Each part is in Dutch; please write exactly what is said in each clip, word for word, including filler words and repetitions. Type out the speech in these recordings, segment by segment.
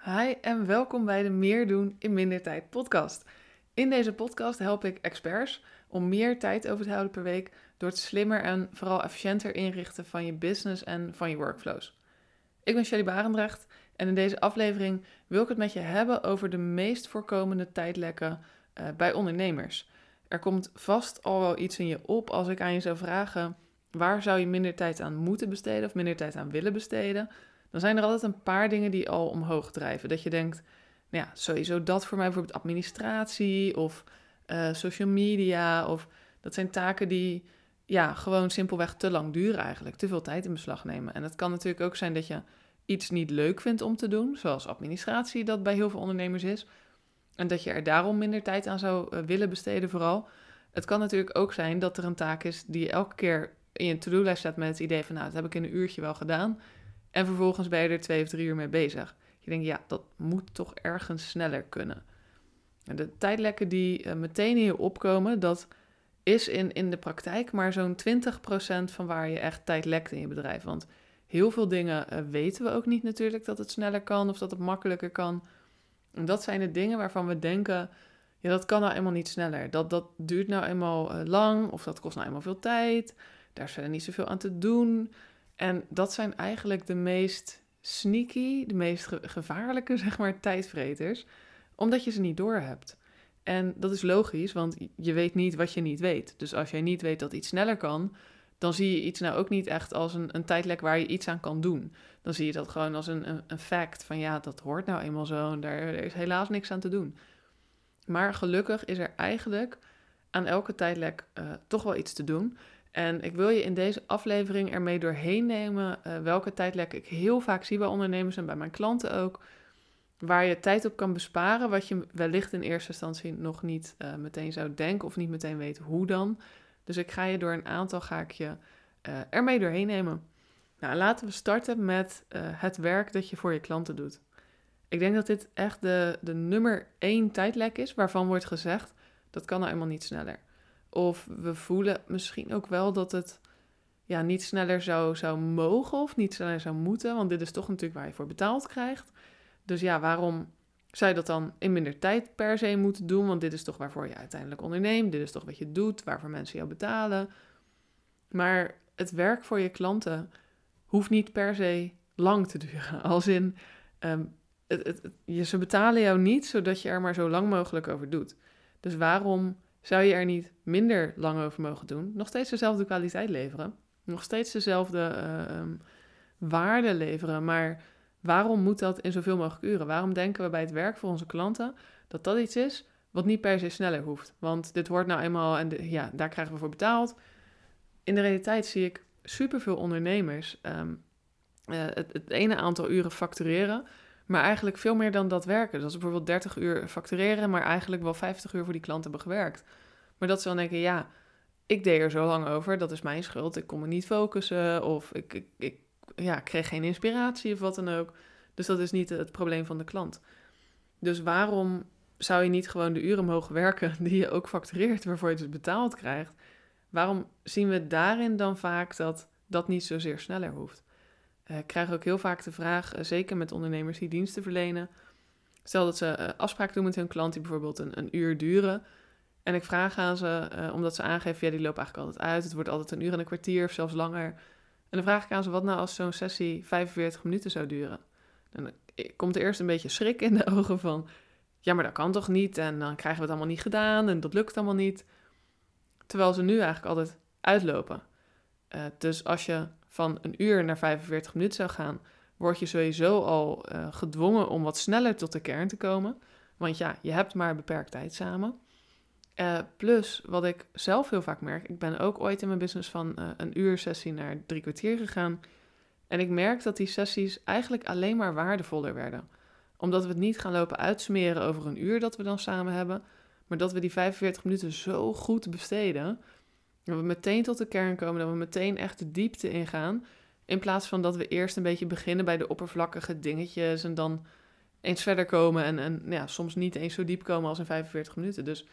Hi en welkom bij de Meer doen in minder tijd podcast. In deze podcast help ik experts om meer tijd over te houden per week door het slimmer en vooral efficiënter inrichten van je business en van je workflows. Ik ben Shelly Barendrecht en in deze aflevering wil ik het met je hebben over de meest voorkomende tijdlekken uh, bij ondernemers. Er komt vast al wel iets in je op als ik aan je zou vragen: waar zou je minder tijd aan moeten besteden of minder tijd aan willen besteden? Dan zijn er altijd een paar dingen die al omhoog drijven. Dat je denkt, nou ja, sowieso dat voor mij, bijvoorbeeld administratie of uh, social media. Of dat zijn taken die ja, gewoon simpelweg te lang duren eigenlijk. Te veel tijd in beslag nemen. En het kan natuurlijk ook zijn dat je iets niet leuk vindt om te doen. Zoals administratie, dat bij heel veel ondernemers is. En dat je er daarom minder tijd aan zou uh, willen besteden vooral. Het kan natuurlijk ook zijn dat er een taak is die je elke keer in je to-do-lijst zet met het idee van, nou, dat heb ik in een uurtje wel gedaan. En vervolgens ben je er twee of drie uur mee bezig. Je denkt, ja, dat moet toch ergens sneller kunnen. En de tijdlekken die uh, meteen hier opkomen, dat is in, in de praktijk maar zo'n twintig procent van waar je echt tijd lekt in je bedrijf. Want heel veel dingen uh, weten we ook niet natuurlijk dat het sneller kan of dat het makkelijker kan. En dat zijn de dingen waarvan we denken, ja, dat kan nou eenmaal niet sneller. Dat, dat duurt nou eenmaal uh, lang of dat kost nou eenmaal veel tijd. Daar is verder niet zoveel aan te doen. En dat zijn eigenlijk de meest sneaky, de meest ge- gevaarlijke, zeg maar, tijdvreters, omdat je ze niet doorhebt. En dat is logisch, want je weet niet wat je niet weet. Dus als jij niet weet dat iets sneller kan, dan zie je iets nou ook niet echt als een, een tijdlek waar je iets aan kan doen. Dan zie je dat gewoon als een, een, een fact van ja, dat hoort nou eenmaal zo en daar, er is helaas niks aan te doen. Maar gelukkig is er eigenlijk aan elke tijdlek uh, toch wel iets te doen. En ik wil je in deze aflevering ermee doorheen nemen uh, welke tijdlekken ik heel vaak zie bij ondernemers en bij mijn klanten ook. Waar je tijd op kan besparen, wat je wellicht in eerste instantie nog niet uh, meteen zou denken of niet meteen weet hoe dan. Dus ik ga je door een aantal ga ik je uh, ermee doorheen nemen. Nou, laten we starten met uh, het werk dat je voor je klanten doet. Ik denk dat dit echt de, de nummer één tijdlek is waarvan wordt gezegd, dat kan nou eenmaal niet sneller. Of we voelen misschien ook wel dat het ja, niet sneller zou, zou mogen of niet sneller zou moeten. Want dit is toch natuurlijk waar je voor betaald krijgt. Dus ja, waarom zou je dat dan in minder tijd per se moeten doen? Want dit is toch waarvoor je uiteindelijk onderneemt. Dit is toch wat je doet, waarvoor mensen jou betalen. Maar het werk voor je klanten hoeft niet per se lang te duren. Als in, um, het, het, het, je, ze betalen jou niet zodat je er maar zo lang mogelijk over doet. Dus waarom zou je er niet minder lang over mogen doen? Nog steeds dezelfde kwaliteit leveren. Nog steeds dezelfde uh, um, waarde leveren. Maar waarom moet dat in zoveel mogelijk uren? Waarom denken we bij het werk voor onze klanten dat dat iets is wat niet per se sneller hoeft? Want dit hoort nou eenmaal en de, ja, daar krijgen we voor betaald. In de realiteit zie ik superveel ondernemers um, uh, het, het ene aantal uren factureren, maar eigenlijk veel meer dan dat werken. Dat ze bijvoorbeeld dertig uur factureren, maar eigenlijk wel vijftig uur voor die klant hebben gewerkt. Maar dat ze dan denken, ja, ik deed er zo lang over, dat is mijn schuld. Ik kon me niet focussen of ik, ik, ik ja, kreeg geen inspiratie of wat dan ook. Dus dat is niet het probleem van de klant. Dus waarom zou je niet gewoon de uren mogen werken die je ook factureert, waarvoor je dus betaald krijgt? Waarom zien we daarin dan vaak dat dat niet zozeer sneller hoeft? Uh, ik krijg ook heel vaak de vraag, uh, zeker met ondernemers die diensten verlenen. Stel dat ze uh, afspraken doen met hun klant die bijvoorbeeld een, een uur duren. En ik vraag aan ze, uh, omdat ze aangeven, ja, die lopen eigenlijk altijd uit. Het wordt altijd een uur en een kwartier of zelfs langer. En dan vraag ik aan ze, wat nou als zo'n sessie vijfenveertig minuten zou duren? Dan komt er eerst een beetje schrik in de ogen van, ja, maar dat kan toch niet? En dan krijgen we het allemaal niet gedaan en dat lukt allemaal niet. Terwijl ze nu eigenlijk altijd uitlopen. Uh, dus als je van een uur naar vijfenveertig minuten zou gaan, word je sowieso al uh, gedwongen om wat sneller tot de kern te komen. Want ja, je hebt maar beperkt tijd samen. Uh, plus, wat ik zelf heel vaak merk, ik ben ook ooit in mijn business van uh, een uur sessie naar drie kwartier gegaan. En ik merk dat die sessies eigenlijk alleen maar waardevoller werden. Omdat we het niet gaan lopen uitsmeren over een uur dat we dan samen hebben, maar dat we die vijfenveertig minuten zo goed besteden, dat we meteen tot de kern komen, dat we meteen echt de diepte ingaan, in plaats van dat we eerst een beetje beginnen bij de oppervlakkige dingetjes en dan eens verder komen en, en ja, soms niet eens zo diep komen als in vijfenveertig minuten. Dus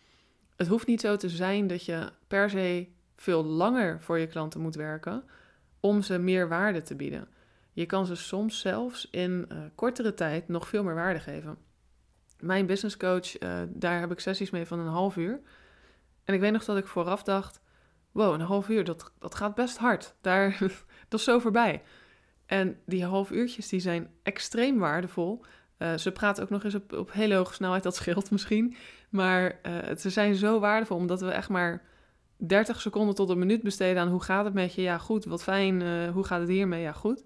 het hoeft niet zo te zijn dat je per se veel langer voor je klanten moet werken om ze meer waarde te bieden. Je kan ze soms zelfs in uh, kortere tijd nog veel meer waarde geven. Mijn business coach, uh, daar heb ik sessies mee van een half uur. En ik weet nog dat ik vooraf dacht, wow, een half uur, dat, dat gaat best hard. Daar, dat is zo voorbij. En die half uurtjes die zijn extreem waardevol. Uh, ze praten ook nog eens op, op hele hoge snelheid, dat scheelt misschien. Maar uh, ze zijn zo waardevol, omdat we echt maar dertig seconden tot een minuut besteden aan hoe gaat het met je? Ja, goed, wat fijn. Uh, hoe gaat het hiermee? Ja, goed.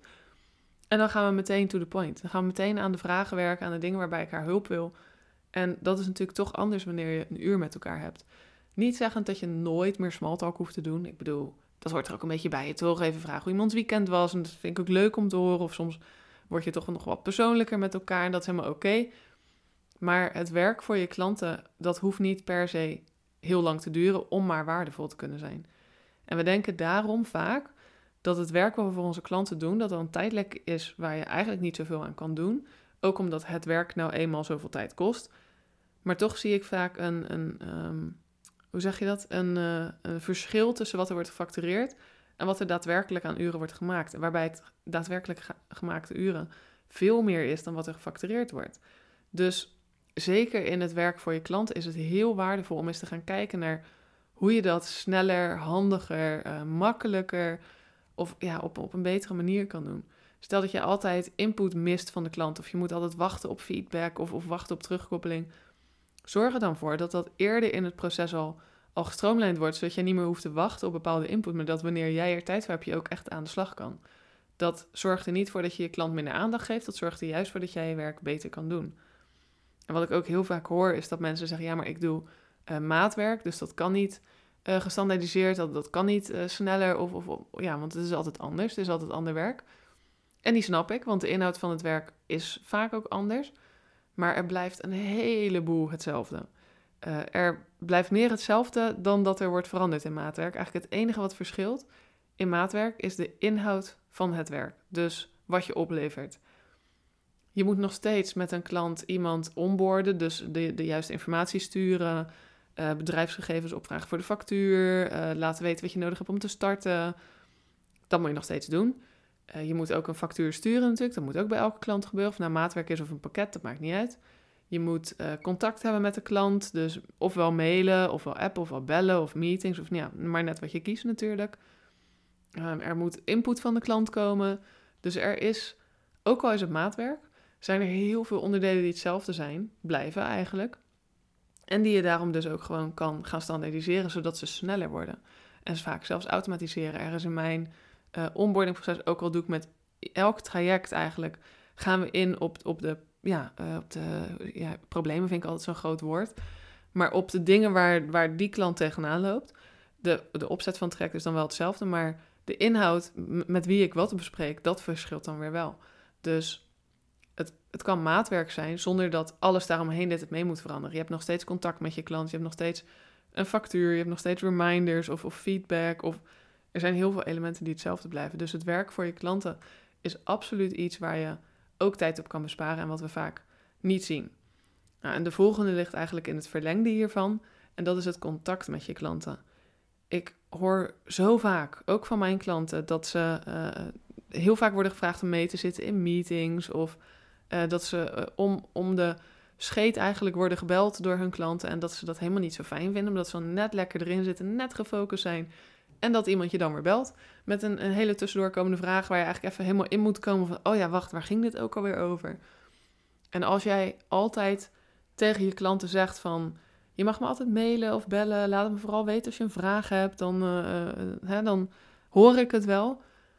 En dan gaan we meteen to the point. Dan gaan we meteen aan de vragen werken, aan de dingen waarbij ik haar hulp wil. En dat is natuurlijk toch anders wanneer je een uur met elkaar hebt. Niet zeggend dat je nooit meer smalltalk hoeft te doen. Ik bedoel, dat hoort er ook een beetje bij. Je toch even vragen hoe iemands weekend was. En dat vind ik ook leuk om te horen. Of soms word je toch nog wat persoonlijker met elkaar. En dat is helemaal oké. Okay. Maar het werk voor je klanten, dat hoeft niet per se heel lang te duren om maar waardevol te kunnen zijn. En we denken daarom vaak dat het werk wat we voor onze klanten doen, dat er een tijdlek is waar je eigenlijk niet zoveel aan kan doen. Ook omdat het werk nou eenmaal zoveel tijd kost. Maar toch zie ik vaak een, een um, hoe zeg je dat? Een, uh, een verschil tussen wat er wordt gefactureerd en wat er daadwerkelijk aan uren wordt gemaakt. En waarbij het daadwerkelijk ga- gemaakte uren veel meer is dan wat er gefactureerd wordt. Dus zeker in het werk voor je klanten is het heel waardevol om eens te gaan kijken naar hoe je dat sneller, handiger, uh, makkelijker of ja, op, op een betere manier kan doen. Stel dat je altijd input mist van de klant of je moet altijd wachten op feedback of, of wachten op terugkoppeling. Zorg er dan voor dat dat eerder in het proces al, al gestroomlijnd wordt, zodat je niet meer hoeft te wachten op bepaalde input, maar dat wanneer jij er tijd voor hebt, je ook echt aan de slag kan. Dat zorgt er niet voor dat je je klant minder aandacht geeft, dat zorgt er juist voor dat jij je werk beter kan doen. En wat ik ook heel vaak hoor, is dat mensen zeggen, ja, maar ik doe uh, maatwerk, dus dat kan niet uh, gestandaardiseerd, dat, dat kan niet uh, sneller, of, of, of, ja, want het is altijd anders, het is altijd ander werk. En die snap ik, want de inhoud van het werk is vaak ook anders. Maar er blijft een heleboel hetzelfde. Uh, er blijft meer hetzelfde dan dat er wordt veranderd in maatwerk. Eigenlijk het enige wat verschilt in maatwerk is de inhoud van het werk. Dus wat je oplevert. Je moet nog steeds met een klant iemand onboarden, dus de, de juiste informatie sturen, uh, bedrijfsgegevens opvragen voor de factuur, uh, laten weten wat je nodig hebt om te starten. Dat moet je nog steeds doen. Uh, je moet ook een factuur sturen natuurlijk, dat moet ook bij elke klant gebeuren. Of nou maatwerk is of een pakket, dat maakt niet uit. Je moet uh, contact hebben met de klant, dus ofwel mailen, ofwel appen, ofwel bellen, of meetings, of ja, maar net wat je kiest natuurlijk. Um, er moet input van de klant komen. Dus er is, ook al is het maatwerk, zijn er heel veel onderdelen die hetzelfde zijn, blijven eigenlijk. En die je daarom dus ook gewoon kan gaan standaardiseren, zodat ze sneller worden. En vaak zelfs automatiseren. Er is in mijn uh, onboardingproces, ook al doe ik met elk traject eigenlijk, gaan we in op, op de, ja, uh, op de ja, problemen, vind ik altijd zo'n groot woord. Maar op de dingen waar, waar die klant tegenaan loopt. De, de opzet van het traject is dan wel hetzelfde, maar de inhoud met wie ik wat bespreek, dat verschilt dan weer wel. Dus het, het kan maatwerk zijn zonder dat alles daaromheen dit het mee moet veranderen. Je hebt nog steeds contact met je klant, je hebt nog steeds een factuur, je hebt nog steeds reminders of, of feedback. Of, er zijn heel veel elementen die hetzelfde blijven. Dus het werk voor je klanten is absoluut iets waar je ook tijd op kan besparen en wat we vaak niet zien. Nou, en de volgende ligt eigenlijk in het verlengde hiervan en dat is het contact met je klanten. Ik hoor zo vaak, ook van mijn klanten, dat ze uh, heel vaak worden gevraagd om mee te zitten in meetings of uh, dat ze uh, om, om de scheet eigenlijk worden gebeld door hun klanten en dat ze dat helemaal niet zo fijn vinden, omdat ze dan net lekker erin zitten, net gefocust zijn en dat iemand je dan weer belt met een, een hele tussendoorkomende vraag waar je eigenlijk even helemaal in moet komen van, oh ja, wacht, waar ging dit ook alweer over? En als jij altijd tegen je klanten zegt van, je mag me altijd mailen of bellen, laat me vooral weten als je een vraag hebt, dan, uh, uh, hè, dan hoor ik het wel.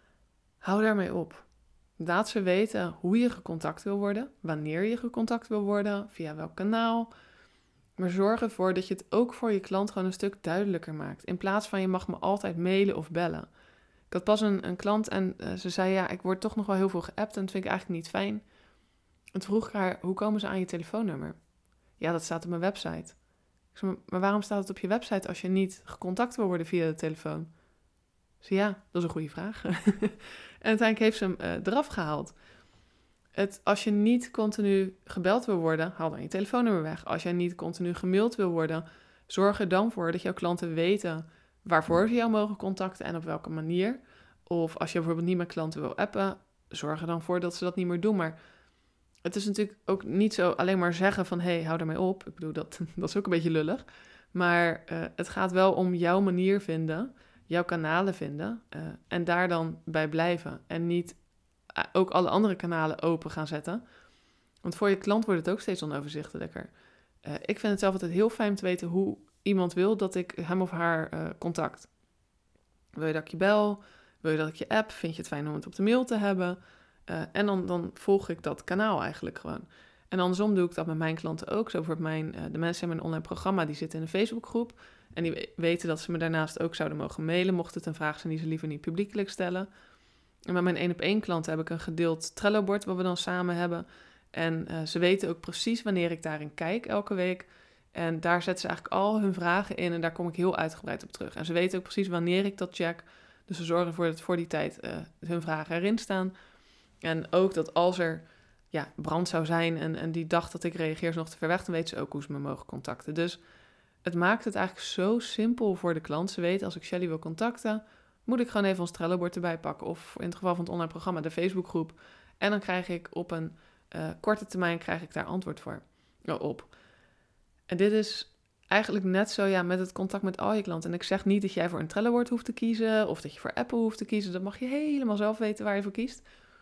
Hou daarmee op. Laat ze weten hoe je gecontact wil worden, wanneer je gecontact wil worden, via welk kanaal. Maar zorg ervoor dat je het ook voor je klant gewoon een stuk duidelijker maakt. In plaats van je mag me altijd mailen of bellen. Ik had pas een, een klant en uh, ze zei, ja, ik word toch nog wel heel veel geappt en dat vind ik eigenlijk niet fijn. En toen vroeg ik haar, hoe komen ze aan je telefoonnummer? Ja, dat staat op mijn website. Ik zei, maar waarom staat het op je website als je niet gecontact wil worden via de telefoon? Ze zei, ja, dat is een goede vraag. En uiteindelijk heeft ze hem uh, eraf gehaald. Het, als je niet continu gebeld wil worden, haal dan je telefoonnummer weg. Als jij niet continu gemaild wil worden, zorg er dan voor dat jouw klanten weten waarvoor ze jou mogen contacten en op welke manier. Of als je bijvoorbeeld niet met klanten wil appen, zorg er dan voor dat ze dat niet meer doen. Maar het is natuurlijk ook niet zo alleen maar zeggen van, hé, hey, hou ermee op. Ik bedoel, dat, dat is ook een beetje lullig. Maar uh, het gaat wel om jouw manier vinden, jouw kanalen vinden uh, en daar dan bij blijven. En niet uh, ook alle andere kanalen open gaan zetten. Want voor je klant wordt het ook steeds onoverzichtelijker. Uh, ik vind het zelf altijd heel fijn te weten hoe iemand wil dat ik hem of haar uh, contact. Wil je dat ik je bel? Wil je dat ik je app? Vind je het fijn om het op de mail te hebben? Uh, en dan, dan volg ik dat kanaal eigenlijk gewoon. En andersom doe ik dat met mijn klanten ook. Zo bijvoorbeeld mijn, uh, de mensen in mijn online programma, die zitten in een Facebookgroep. En die weten dat ze me daarnaast ook zouden mogen mailen, mocht het een vraag zijn die ze liever niet publiekelijk stellen. En met mijn één op één klanten heb ik een gedeeld Trello-bord, wat we dan samen hebben. En uh, ze weten ook precies wanneer ik daarin kijk elke week. En daar zetten ze eigenlijk al hun vragen in en daar kom ik heel uitgebreid op terug. En ze weten ook precies wanneer ik dat check. Dus ze zorgen ervoor dat voor die tijd uh, hun vragen erin staan. En ook dat als er ja, brand zou zijn en, en die dag dat ik reageer is nog te ver weg, dan weten ze ook hoe ze me mogen contacten. Dus het maakt het eigenlijk zo simpel voor de klant. Ze weten, als ik Shelly wil contacten, moet ik gewoon even ons Trello-bord erbij pakken. Of in het geval van het online programma, de Facebookgroep. En dan krijg ik op een uh, korte termijn krijg ik daar antwoord voor uh, op. En dit is eigenlijk net zo ja, met het contact met al je klanten. En ik zeg niet dat jij voor een Trello-bord hoeft te kiezen of dat je voor Apple hoeft te kiezen. Dat mag je helemaal zelf weten waar je voor kiest.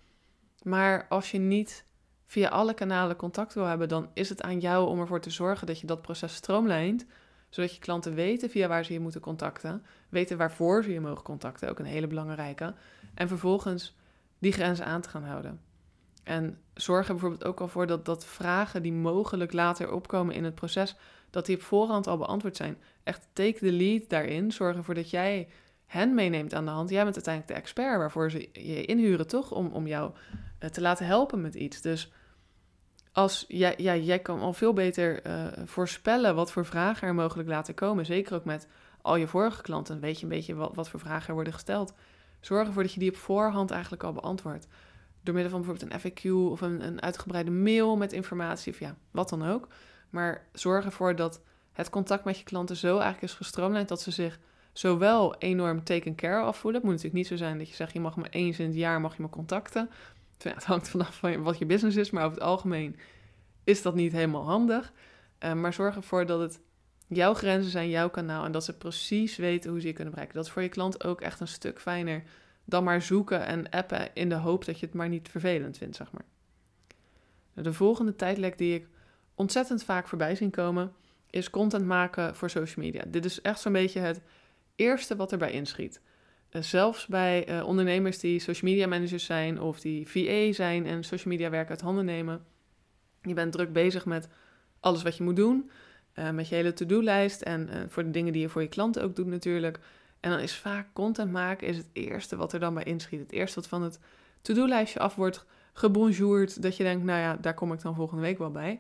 Maar als je niet via alle kanalen contact wil hebben, dan is het aan jou om ervoor te zorgen dat je dat proces stroomlijnt, zodat je klanten weten via waar ze je moeten contacten, weten waarvoor ze je mogen contacten, ook een hele belangrijke, en vervolgens die grenzen aan te gaan houden. En zorg er bijvoorbeeld ook al voor dat, dat vragen die mogelijk later opkomen in het proces, dat die op voorhand al beantwoord zijn. Echt take the lead daarin, zorg ervoor dat jij hen meeneemt aan de hand. Jij bent uiteindelijk de expert waarvoor ze je inhuren, toch? Om, om jou uh, te laten helpen met iets. Dus als jij, ja, jij kan al veel beter uh, voorspellen wat voor vragen er mogelijk later komen. Zeker ook met al je vorige klanten. Weet je een beetje wat, wat voor vragen er worden gesteld. Zorg ervoor dat je die op voorhand eigenlijk al beantwoordt. Door middel van bijvoorbeeld een F A Q of een, een uitgebreide mail met informatie of ja, wat dan ook. Maar zorg ervoor dat het contact met je klanten zo eigenlijk is gestroomlijnd dat ze zich zowel enorm taken care of voelen. Het moet natuurlijk niet zo zijn dat je zegt, je mag me eens in het jaar mag je me contacten. Ja, het hangt vanaf van wat je business is, maar over het algemeen is dat niet helemaal handig. Uh, maar zorg ervoor dat het jouw grenzen zijn, jouw kanaal en dat ze precies weten hoe ze je kunnen bereiken. Dat is voor je klant ook echt een stuk fijner dan maar zoeken en appen in de hoop dat je het maar niet vervelend vindt, zeg maar. De volgende tijdlek die ik ontzettend vaak voorbij zien komen is content maken voor social media. Dit is echt zo'n beetje het eerste wat erbij inschiet. Uh, zelfs bij uh, ondernemers die social media managers zijn of die V A zijn en social media werk uit handen nemen. Je bent druk bezig met alles wat je moet doen, uh, met je hele to-do-lijst en uh, voor de dingen die je voor je klanten ook doet natuurlijk. En dan is vaak content maken is het eerste wat er dan bij inschiet. Het eerste wat van het to-do-lijstje af wordt gebonjourd, dat je denkt, nou ja, daar kom ik dan volgende week wel bij.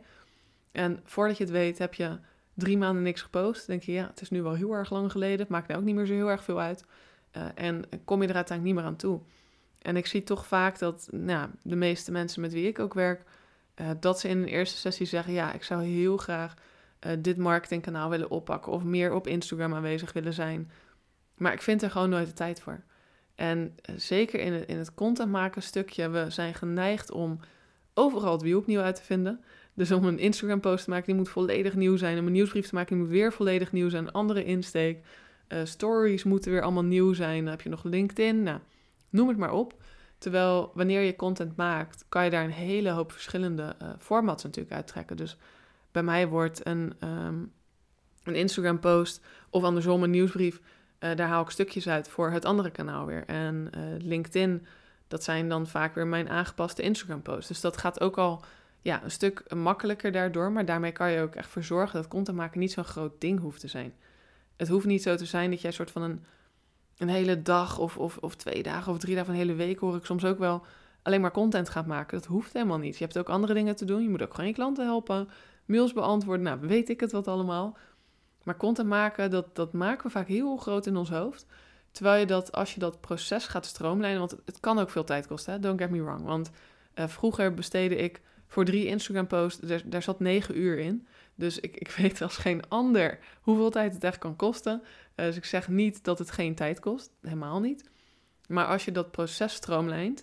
En voordat je het weet heb je drie maanden niks gepost. Dan denk je, ja, het is nu wel heel erg lang geleden. Het maakt nou ook niet meer zo heel erg veel uit. Uh, en kom je er uiteindelijk niet meer aan toe. En ik zie toch vaak dat nou, de meeste mensen met wie ik ook werk, uh, dat ze in een eerste sessie zeggen, ja, ik zou heel graag uh, dit marketingkanaal willen oppakken of meer op Instagram aanwezig willen zijn. Maar ik vind er gewoon nooit de tijd voor. En uh, zeker in het, in het content maken stukje, we zijn geneigd om overal het wiel opnieuw uit te vinden. Dus om een Instagram post te maken, die moet volledig nieuw zijn. Om een nieuwsbrief te maken, die moet weer volledig nieuw zijn. Een andere insteek. Uh, stories moeten weer allemaal nieuw zijn. Dan heb je nog LinkedIn. Nou, noem het maar op. Terwijl wanneer je content maakt, kan je daar een hele hoop verschillende uh, formats natuurlijk uittrekken. Dus bij mij wordt een, um, een Instagram post of andersom een nieuwsbrief. Uh, daar haal ik stukjes uit voor het andere kanaal weer. En uh, LinkedIn, dat zijn dan vaak weer mijn aangepaste Instagram posts. Dus dat gaat ook al ja, een stuk makkelijker daardoor. Maar daarmee kan je ook echt voor zorgen dat content maken niet zo'n groot ding hoeft te zijn. Het hoeft niet zo te zijn dat jij een soort van een, een hele dag of, of, of twee dagen of drie dagen of een hele week, hoor ik soms ook wel, alleen maar content gaat maken. Dat hoeft helemaal niet. Je hebt ook andere dingen te doen. Je moet ook gewoon je klanten helpen, mails beantwoorden, nou weet ik het wat allemaal. Maar content maken, dat, dat maken we vaak heel groot in ons hoofd. Terwijl je dat, als je dat proces gaat stroomlijnen, want het, het kan ook veel tijd kosten, hè? Don't get me wrong. Want uh, vroeger besteedde ik voor drie Instagram posts, daar, daar zat negen uur in. Dus ik, ik weet als geen ander hoeveel tijd het echt kan kosten. Uh, dus ik zeg niet dat het geen tijd kost, helemaal niet. Maar als je dat proces stroomlijnt,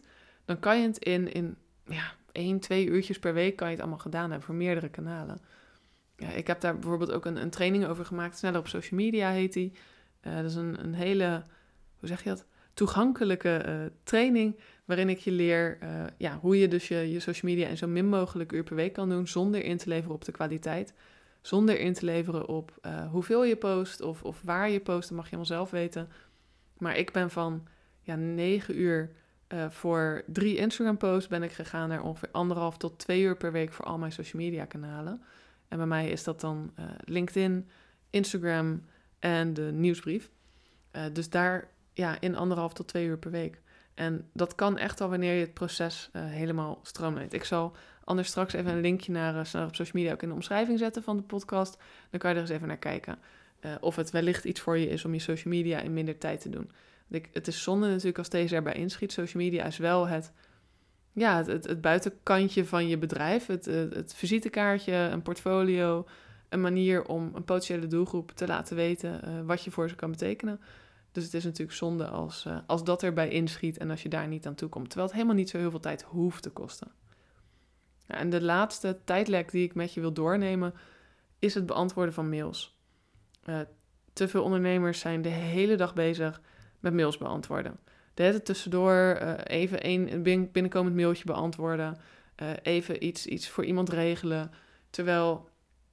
dan kan je het in, in ja, één, twee uurtjes per week kan je het allemaal gedaan hebben voor meerdere kanalen. Ja, ik heb daar bijvoorbeeld ook een, een training over gemaakt. Sneller op social media heet die. Uh, dat is een, een hele, hoe zeg je dat, toegankelijke uh, training waarin ik je leer uh, ja, hoe je dus je, je social media in zo min mogelijk uur per week kan doen zonder in te leveren op de kwaliteit. Zonder in te leveren op uh, hoeveel je post of, of waar je post, dat mag je helemaal zelf weten. Maar ik ben van ja, negen uur uh, voor drie Instagram posts ben ik gegaan naar ongeveer anderhalf tot twee uur per week voor al mijn social media kanalen. En bij mij is dat dan uh, LinkedIn, Instagram en de nieuwsbrief. Uh, dus daar ja, in anderhalf tot twee uur per week. En dat kan echt al wanneer je het proces uh, helemaal stroomlijnt. Ik zal anders straks even een linkje naar uh, Sneller op Social Media ook in de omschrijving zetten van de podcast. Dan kan je er eens even naar kijken. Uh, of het wellicht iets voor je is om je social media in minder tijd te doen. Ik, het is zonde natuurlijk als deze erbij inschiet. Social media is wel het, ja, het, het, het buitenkantje van je bedrijf. Het, het, het visitekaartje, een portfolio. Een manier om een potentiële doelgroep te laten weten uh, wat je voor ze kan betekenen. Dus het is natuurlijk zonde als, uh, als dat erbij inschiet en als je daar niet aan toe komt. Terwijl het helemaal niet zo heel veel tijd hoeft te kosten. Ja, en de laatste tijdlek die ik met je wil doornemen is het beantwoorden van mails. Uh, te veel ondernemers zijn de hele dag bezig met mails beantwoorden. De hele tijd tussendoor uh, even een binnenkomend mailtje beantwoorden. Uh, even iets, iets voor iemand regelen. Terwijl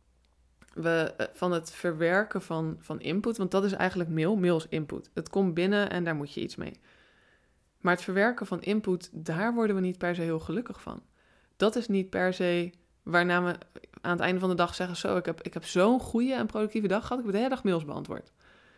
we uh, van het verwerken van, van input, want dat is eigenlijk mail. Mail is input. Het komt binnen en daar moet je iets mee. Maar het verwerken van input, daar worden we niet per se heel gelukkig van. Dat is niet per se waarna we aan het einde van de dag zeggen, zo, ik heb, ik heb zo'n goede en productieve dag gehad, ik heb de hele dag mails beantwoord.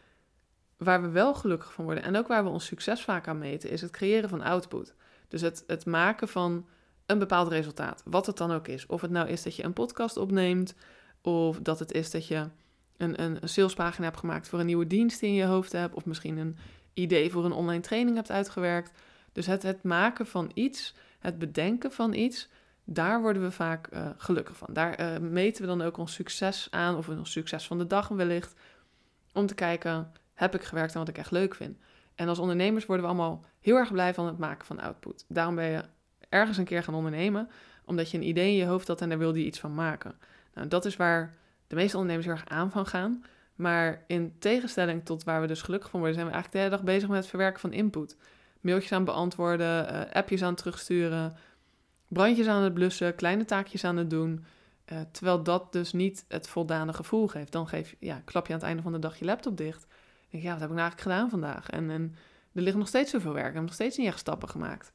Waar we wel gelukkig van worden en ook waar we ons succes vaak aan meten, is het creëren van output. Dus het, het maken van een bepaald resultaat, wat het dan ook is. Of het nou is dat je een podcast opneemt, of dat het is dat je een, een, een salespagina hebt gemaakt voor een nieuwe dienst die in je hoofd hebt, of misschien een idee voor een online training hebt uitgewerkt. Dus het, het maken van iets, het bedenken van iets, daar worden we vaak uh, gelukkig van. Daar uh, meten we dan ook ons succes aan, of ons succes van de dag wellicht, om te kijken, heb ik gewerkt aan wat ik echt leuk vind? En als ondernemers worden we allemaal heel erg blij van het maken van output. Daarom ben je ergens een keer gaan ondernemen, omdat je een idee in je hoofd had en daar wilde je iets van maken. Nou, dat is waar de meeste ondernemers heel erg aan van gaan. Maar in tegenstelling tot waar we dus gelukkig van worden, zijn we eigenlijk de hele dag bezig met het verwerken van input. Mailtjes aan beantwoorden, uh, appjes aan het terugsturen, brandjes aan het blussen, kleine taakjes aan het doen. Uh, terwijl dat dus niet het voldane gevoel geeft. Dan geef, ja, klap je aan het einde van de dag je laptop dicht. En denk je, ja, wat heb ik nou eigenlijk gedaan vandaag? En, en er ligt nog steeds zoveel werk. Ik heb nog steeds niet echt stappen gemaakt.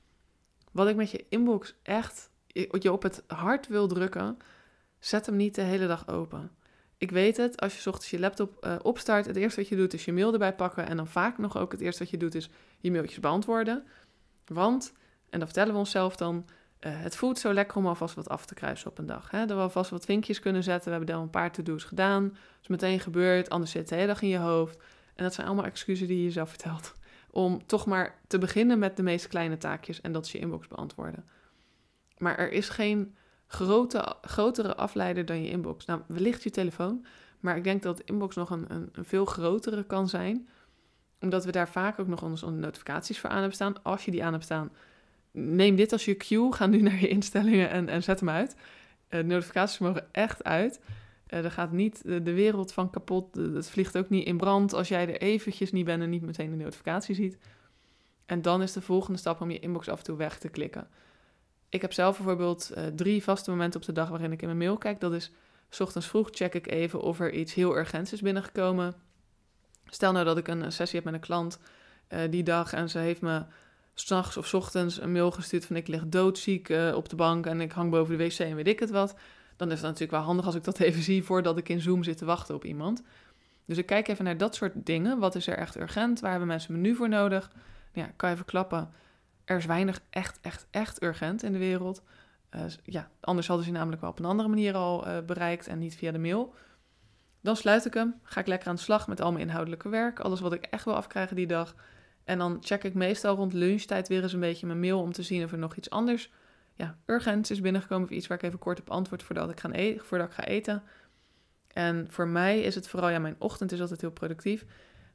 Wat ik met je inbox echt je op het hart wil drukken, zet hem niet de hele dag open. Ik weet het, als je 's ochtends je laptop uh, opstart, het eerste wat je doet is je mail erbij pakken. En dan vaak nog ook het eerste wat je doet is je mailtjes beantwoorden. Want, en dat vertellen we onszelf dan, uh, het voelt zo lekker om alvast wat af te kruisen op een dag. Hè? Dat we alvast wat vinkjes kunnen zetten. We hebben dan een paar to-do's gedaan. Dat is meteen gebeurd, anders zit het de hele dag in je hoofd. En dat zijn allemaal excuses die je jezelf vertelt. Om toch maar te beginnen met de meest kleine taakjes en dat is je inbox beantwoorden. Maar er is geen grote, grotere afleider dan je inbox. Nou, wellicht je telefoon, maar ik denk dat de inbox nog een, een, een veel grotere kan zijn. Omdat we daar vaak ook nog onze notificaties voor aan hebben staan. Als je die aan hebt staan, neem dit als je cue. Ga nu naar je instellingen en, en zet hem uit. Uh, de notificaties mogen echt uit. Uh, er gaat niet de, de wereld van kapot. Het vliegt ook niet in brand als jij er eventjes niet bent en niet meteen de notificatie ziet. En dan is de volgende stap om je inbox af en toe weg te klikken. Ik heb zelf bijvoorbeeld uh, drie vaste momenten op de dag waarin ik in mijn mail kijk. Dat is, 's ochtends vroeg check ik even of er iets heel urgents is binnengekomen. Stel nou dat ik een sessie heb met een klant uh, die dag en ze heeft me 's nachts of 's ochtends een mail gestuurd van ik lig doodziek uh, op de bank en ik hang boven de wc en weet ik het wat. Dan is het natuurlijk wel handig als ik dat even zie voordat ik in Zoom zit te wachten op iemand. Dus ik kijk even naar dat soort dingen. Wat is er echt urgent? Waar hebben mensen me nu voor nodig? Ja, ik kan even klappen. Er is weinig echt, echt, echt urgent in de wereld. Uh, ja, anders hadden ze namelijk wel op een andere manier al uh, bereikt en niet via de mail. Dan sluit ik hem, ga ik lekker aan de slag met al mijn inhoudelijke werk. Alles wat ik echt wil afkrijgen die dag. En dan check ik meestal rond lunchtijd weer eens een beetje mijn mail om te zien of er nog iets anders ja, urgent is binnengekomen. Of iets waar ik even kort op antwoord voordat ik, ga eten, voordat ik ga eten. En voor mij is het vooral, ja, mijn ochtend is altijd heel productief.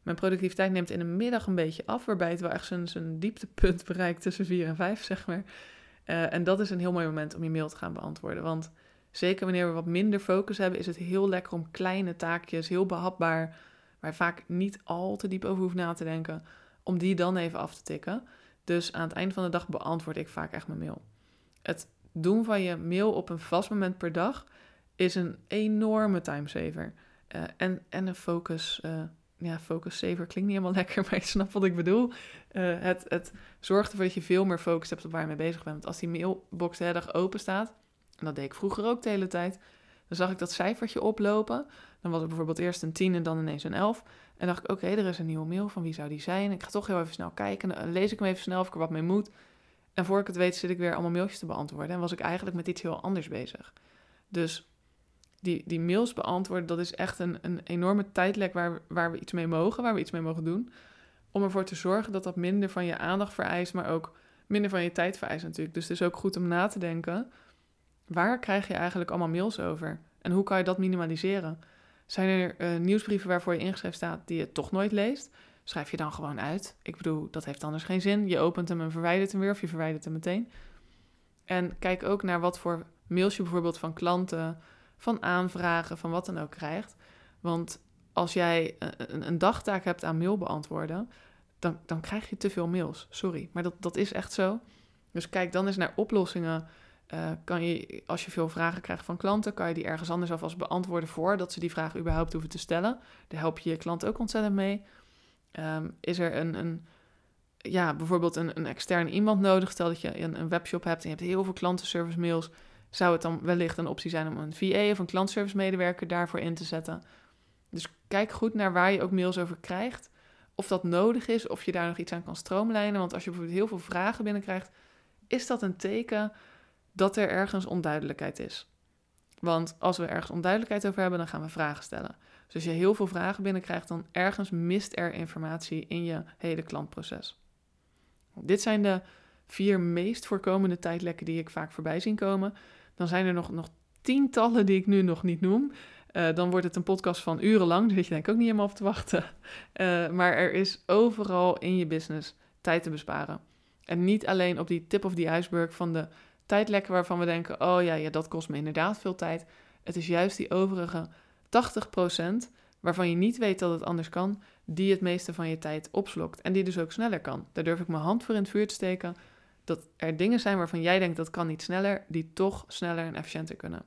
Mijn productiviteit neemt in de middag een beetje af, waarbij het wel echt zijn, zijn dieptepunt bereikt tussen vier en vijf, zeg maar. Uh, en dat is een heel mooi moment om je mail te gaan beantwoorden. Want zeker wanneer we wat minder focus hebben, is het heel lekker om kleine taakjes, heel behapbaar, waar je vaak niet al te diep over hoeft na te denken, om die dan even af te tikken. Dus aan het eind van de dag beantwoord ik vaak echt mijn mail. Het doen van je mail op een vast moment per dag is een enorme timesaver. Uh, en, en een focus, uh, ja, focus saver klinkt niet helemaal lekker, maar je snapt wat ik bedoel. Uh, het, het zorgt ervoor dat je veel meer focus hebt op waar je mee bezig bent. Want als die mailbox de hele dag open staat, en dat deed ik vroeger ook de hele tijd, dan zag ik dat cijfertje oplopen. Dan was het bijvoorbeeld eerst een tien en dan ineens een elf. En dacht ik, oké, okay, er is een nieuwe mail, van wie zou die zijn? Ik ga toch heel even snel kijken, dan lees ik hem even snel of ik er wat mee moet. En voor ik het weet zit ik weer allemaal mailtjes te beantwoorden. En was ik eigenlijk met iets heel anders bezig. Dus die, die mails beantwoorden, dat is echt een, een enorme tijdlek waar, waar we iets mee mogen, waar we iets mee mogen doen. Om ervoor te zorgen dat dat minder van je aandacht vereist, maar ook minder van je tijd vereist natuurlijk. Dus het is ook goed om na te denken, waar krijg je eigenlijk allemaal mails over? En hoe kan je dat minimaliseren? Zijn er uh, nieuwsbrieven waarvoor je ingeschreven staat die je toch nooit leest? Schrijf je dan gewoon uit. Ik bedoel, dat heeft anders geen zin. Je opent hem en verwijdert hem weer of je verwijdert hem meteen. En kijk ook naar wat voor mails je bijvoorbeeld van klanten, van aanvragen, van wat dan ook krijgt. Want als jij een, een dagtaak hebt aan mail beantwoorden, dan, dan krijg je te veel mails. Sorry, maar dat, dat is echt zo. Dus kijk dan eens naar oplossingen. Uh, kan je, als je veel vragen krijgt van klanten, kan je die ergens anders alvast beantwoorden voordat ze die vraag überhaupt hoeven te stellen. Daar help je je klant ook ontzettend mee. Um, is er een, een ja, bijvoorbeeld een, een extern iemand nodig? Stel dat je een, een webshop hebt en je hebt heel veel klantenservice mails. Zou het dan wellicht een optie zijn om een V A of een klantservice medewerker daarvoor in te zetten? Dus kijk goed naar waar je ook mails over krijgt. Of dat nodig is, of je daar nog iets aan kan stroomlijnen. Want als je bijvoorbeeld heel veel vragen binnenkrijgt, is dat een teken dat er ergens onduidelijkheid is. Want als we ergens onduidelijkheid over hebben, dan gaan we vragen stellen. Dus als je heel veel vragen binnenkrijgt, dan ergens mist er informatie in je hele klantproces. Dit zijn de vier meest voorkomende tijdlekken die ik vaak voorbij zie komen. Dan zijn er nog, nog tientallen die ik nu nog niet noem. Uh, dan wordt het een podcast van urenlang, daar zit je denk ik ook niet helemaal op te wachten. Uh, maar er is overal in je business tijd te besparen. En niet alleen op die tip of die iceberg van de tijdlekken waarvan we denken, oh ja, ja, dat kost me inderdaad veel tijd. Het is juist die overige tachtig procent waarvan je niet weet dat het anders kan, die het meeste van je tijd opslokt. En die dus ook sneller kan. Daar durf ik mijn hand voor in het vuur te steken, dat er dingen zijn waarvan jij denkt dat kan niet sneller, die toch sneller en efficiënter kunnen.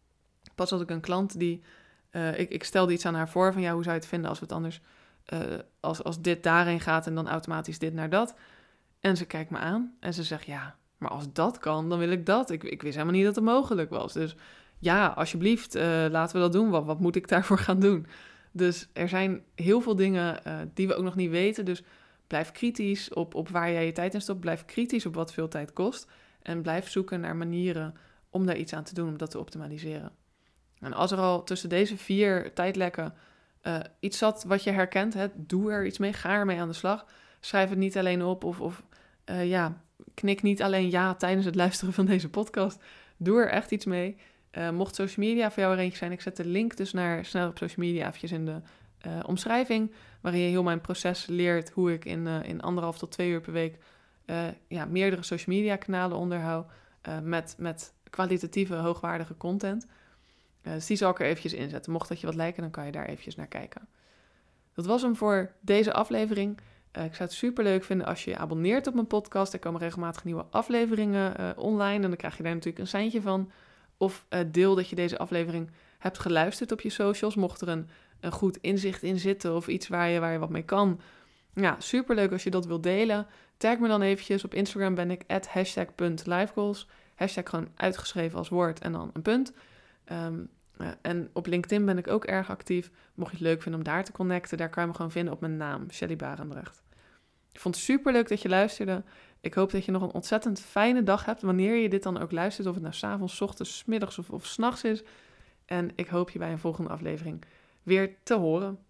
Pas had ik een klant die, uh, ik, ik stelde iets aan haar voor van, ja, hoe zou je het vinden als we het anders, uh, als, als dit daarheen gaat en dan automatisch dit naar dat. En ze kijkt me aan en ze zegt, ja, maar als dat kan, dan wil ik dat. Ik, ik wist helemaal niet dat het mogelijk was. Dus ja, alsjeblieft, uh, laten we dat doen. Wat, wat moet ik daarvoor gaan doen? Dus er zijn heel veel dingen uh, die we ook nog niet weten. Dus blijf kritisch op, op waar jij je tijd in stopt. Blijf kritisch op wat veel tijd kost. En blijf zoeken naar manieren om daar iets aan te doen, om dat te optimaliseren. En als er al tussen deze vier tijdlekken uh, iets zat wat je herkent, hè, doe er iets mee, ga ermee aan de slag. Schrijf het niet alleen op of, of uh, ja, knik niet alleen ja tijdens het luisteren van deze podcast. Doe er echt iets mee. Uh, mocht social media voor jou er eentje zijn, ik zet de link dus naar Snel op Social Media eventjes in de uh, omschrijving, waarin je heel mijn proces leert hoe ik in, uh, in anderhalf tot twee uur per week uh, ja, meerdere social media kanalen onderhoud uh, met, met kwalitatieve, hoogwaardige content. Uh, dus die zal ik er eventjes inzetten. Mocht dat je wat lijken, dan kan je daar eventjes naar kijken. Dat was hem voor deze aflevering. Uh, ik zou het super leuk vinden als je je abonneert op mijn podcast. Er komen regelmatig nieuwe afleveringen uh, online en dan krijg je daar natuurlijk een seintje van. Of uh, deel dat je deze aflevering hebt geluisterd op je socials. Mocht er een, een goed inzicht in zitten of iets waar je, waar je wat mee kan. Ja, superleuk als je dat wilt delen. Tag me dan eventjes. Op Instagram ben ik at hashtag punt livegoals. Hashtag gewoon uitgeschreven als woord en dan een punt. Um, uh, en op LinkedIn ben ik ook erg actief. Mocht je het leuk vinden om daar te connecten, daar kan je me gewoon vinden op mijn naam, Shelly Barendrecht. Ik vond het superleuk dat je luisterde. Ik hoop dat je nog een ontzettend fijne dag hebt, wanneer je dit dan ook luistert. Of het nou 's avonds, 's ochtends, 's middags of, of 's nachts is. En ik hoop je bij een volgende aflevering weer te horen.